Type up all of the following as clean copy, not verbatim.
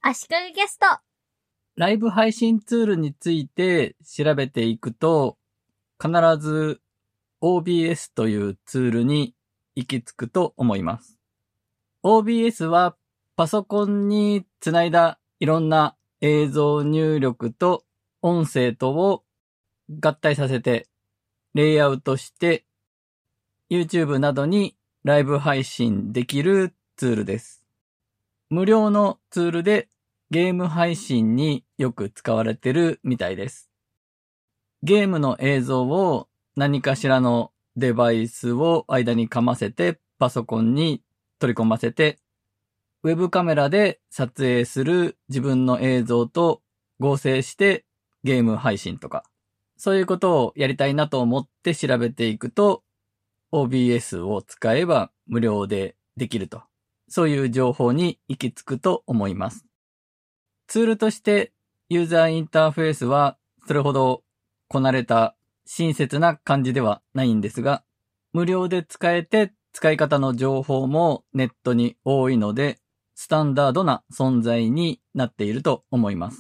足利ゲスト。 ライブ配信ツールについて調べていくと、必ず OBS というツールに行き着くと思います。OBS はパソコンにつないだいろんな映像入力と音声とを合体させてレイアウトして YouTube などにライブ配信できるツールです。無料のツールでゲーム配信によく使われてるみたいです。ゲームの映像を何かしらのデバイスを間にかませてパソコンに取り込ませてウェブカメラで撮影する自分の映像と合成してゲーム配信とかそういうことをやりたいなと思って調べていくと OBS を使えば無料でできるとそういう情報に行き着くと思います。ツールとしてユーザーインターフェースはそれほどこなれた親切な感じではないんですが、無料で使えて使い方の情報もネットに多いので、スタンダードな存在になっていると思います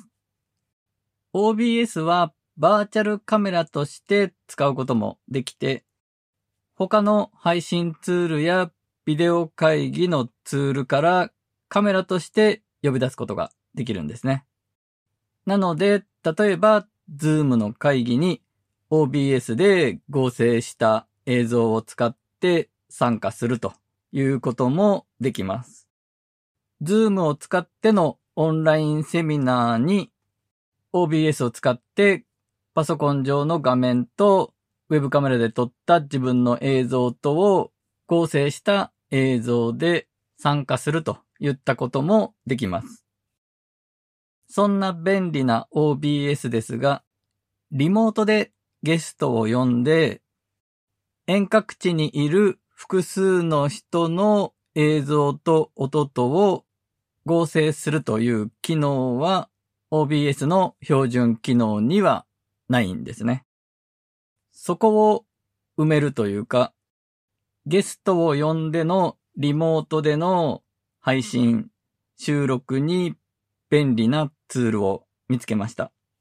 。OBS はバーチャルカメラとして使うこともできて、他の配信ツールやビデオ会議のツールからカメラとして呼び出すことができるんですね。なので、例えば、Zoom の会議に OBS で合成した映像を使って参加するということもできます。Zoom を使ってのオンラインセミナーに OBS を使ってパソコン上の画面とウェブカメラで撮った自分の映像とを合成した映像で参加するといったこともできます。そんな便利な OBS ですが、リモートでゲストを呼んで、遠隔地にいる複数の人の映像と音とを合成するという機能は OBS の標準機能にはないんですね。そこを埋めるというか、ゲストを呼んでのリモートでの配信、収録に便利なツールを見つけました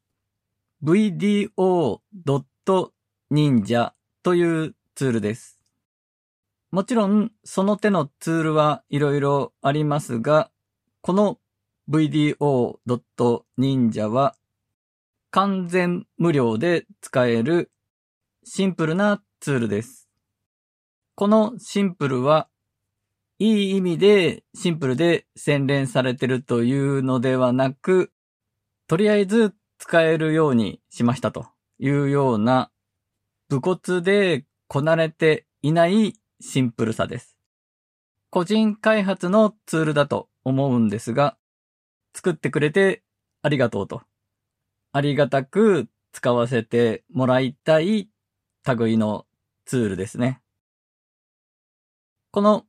。video.ninja というツールです。もちろんその手のツールはいろいろありますが、この video.ninja は完全無料で使えるシンプルなツールです。このシンプルはいい意味でシンプルで洗練されてるというのではなく、とりあえず使えるようにしましたというような武骨でこなれていないシンプルさです。個人開発のツールだと思うんですが、作ってくれてありがとうと。ありがたく使わせてもらいたい類のツールですね。この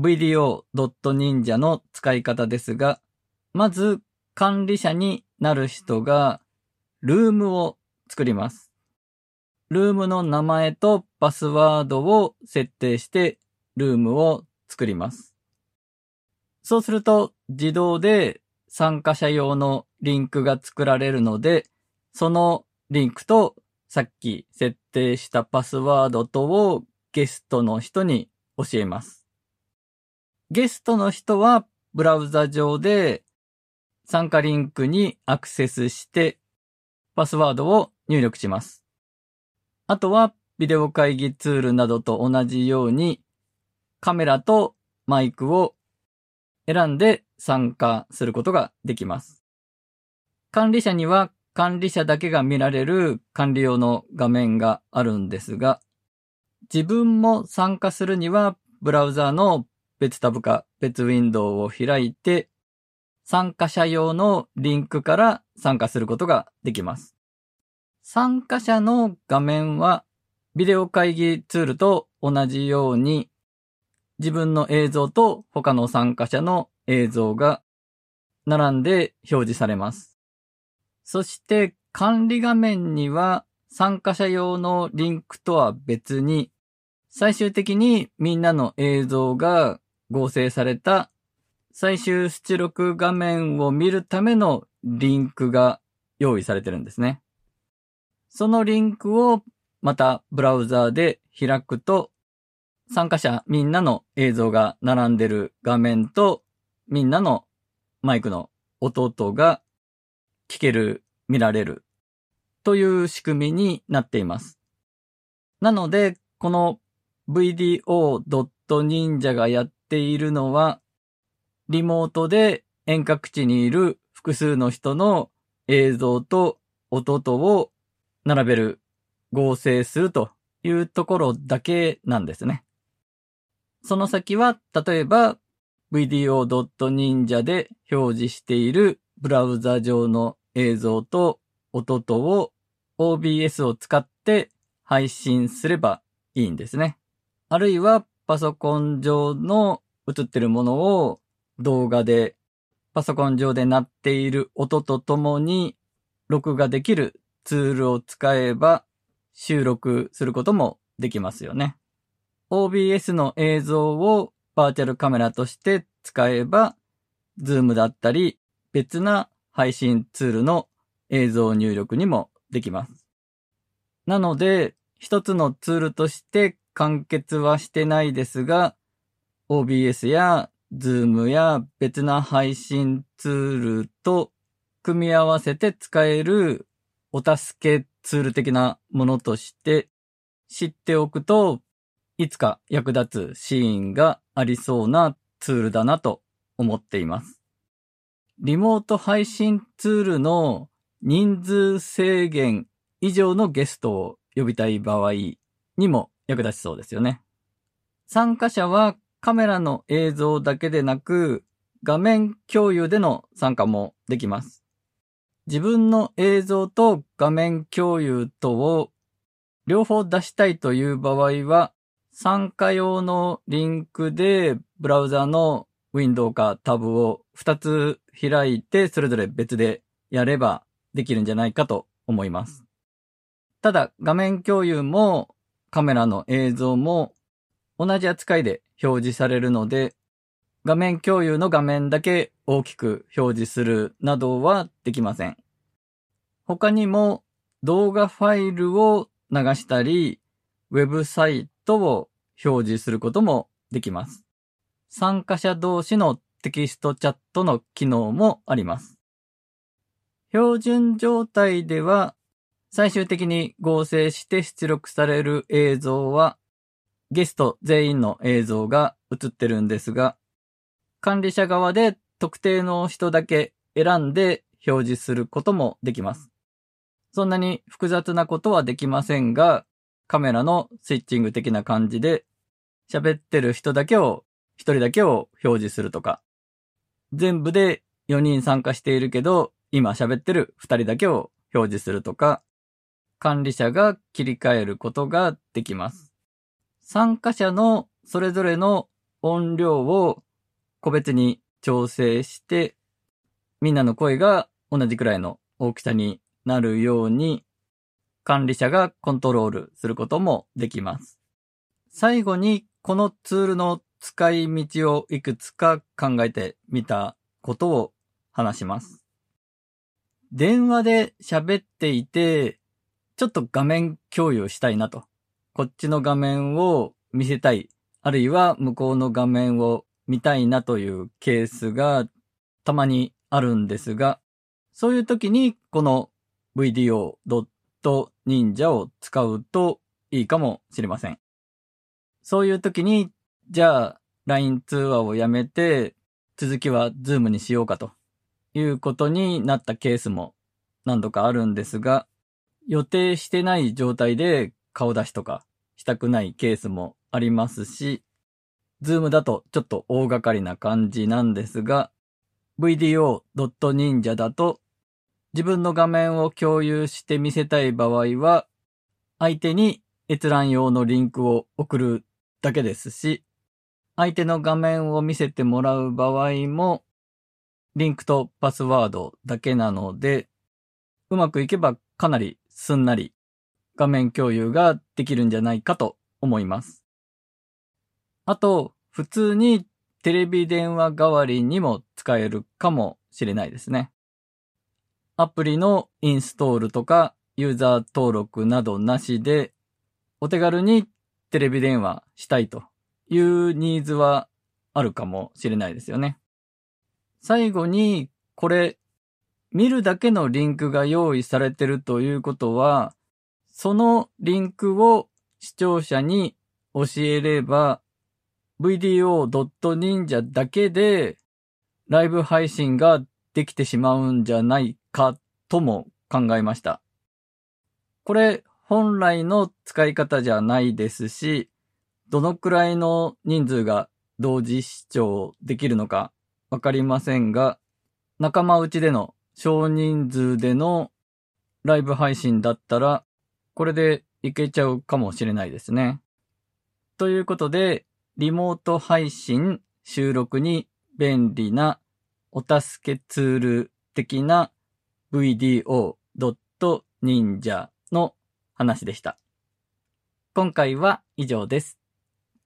video.ninja の使い方ですが、まず管理者になる人がルームを作ります。ルームの名前とパスワードを設定してルームを作ります。そうすると自動で参加者用のリンクが作られるので、そのリンクとさっき設定したパスワードとをゲストの人に教えます。ゲストの人はブラウザ上で参加リンクにアクセスしてパスワードを入力します。あとはビデオ会議ツールなどと同じようにカメラとマイクを選んで参加することができます。管理者には管理者だけが見られる管理用の画面があるんですが、自分も参加するにはブラウザの別タブか別ウィンドウを開いて参加者用のリンクから参加することができます。参加者の画面はビデオ会議ツールと同じように自分の映像と他の参加者の映像が並んで表示されます。そして管理画面には参加者用のリンクとは別に最終的にみんなの映像が合成された最終出力画面を見るためのリンクが用意されてるんですね。そのリンクをまたブラウザーで開くと、参加者みんなの映像が並んでる画面と、みんなのマイクの音が聞ける、見られるという仕組みになっています。なので、この VDO.Ninja がやっているのは、リモートで遠隔地にいる複数の人の映像と音を並べる、合成するというところだけなんですね。その先は、例えば VDO.Ninja で表示しているブラウザ上の映像と音を OBS を使って配信すればいいんですね。あるいはパソコン上の映ってるものを動画でパソコン上で鳴っている音とともに録画できるツールを使えば収録することもできますよね。OBS の映像をバーチャルカメラとして使えば、Zoom だったり別な配信ツールの映像入力にもできます。なので、一つのツールとして完結はしてないですが、OBS や Zoom や別な配信ツールと組み合わせて使えるお助けツール的なものとして知っておくと、いつか役立つシーンがありそうなツールだなと思っています。リモート配信ツールの人数制限以上のゲストを呼びたい場合にも役立ちそうですよね。参加者はカメラの映像だけでなく画面共有での参加もできます。自分の映像と画面共有とを両方出したいという場合は、参加用のリンクでブラウザのウィンドウかタブを2つ開いてそれぞれ別でやればできるんじゃないかと思います。ただ画面共有もカメラの映像も同じ扱いで表示されるので、画面共有の画面だけ大きく表示するなどはできません。他にも動画ファイルを流したり、ウェブサイトを表示することもできます。参加者同士のテキストチャットの機能もあります。標準状態では最終的に合成して出力される映像はゲスト全員の映像が映ってるんですが、管理者側で特定の人だけ選んで表示することもできます。そんなに複雑なことはできませんが、カメラのスイッチング的な感じで、喋ってる人だけを、一人だけを表示するとか、全部で4人参加しているけど、今喋ってる2人だけを表示するとか、管理者が切り替えることができます。参加者のそれぞれの音量を個別に調整して、みんなの声が同じくらいの大きさになるように、管理者がコントロールすることもできます。最後にこのツールの使い道をいくつか考えてみたことを話します。電話で喋っていて、ちょっと画面共有したいなと。こっちの画面を見せたい。あるいは向こうの画面を見たいなというケースがたまにあるんですが、そういう時にこの VDO.Ninja を使うといいかもしれません。そういう時に、じゃあ LINE 通話をやめて続きは Zoom にしようかということになったケースも何度かあるんですが、予定してない状態で顔出しとかしたくないケースもありますし、Zoom だとちょっと大掛かりな感じなんですが、VDO.Ninja だと自分の画面を共有して見せたい場合は、相手に閲覧用のリンクを送るだけですし、相手の画面を見せてもらう場合も、リンクとパスワードだけなので、うまくいけばかなりすんなり画面共有ができるんじゃないかと思います。あと、普通にテレビ電話代わりにも使えるかもしれないですね。アプリのインストールとかユーザー登録などなしでお手軽にテレビ電話したいというニーズはあるかもしれないですよね。最後にこれ見るだけのリンクが用意されているということは、そのリンクを視聴者に教えれば VDO.Ninja だけでライブ配信ができてしまうんじゃないかとも考えました。これ本来の使い方じゃないですし、どのくらいの人数が同時視聴できるのかわかりませんが、仲間内での少人数でのライブ配信だったら、これでいけちゃうかもしれないですね。ということで、リモート配信収録に便利なお助けツール的な VDO.Ninja の話でした。今回は以上です。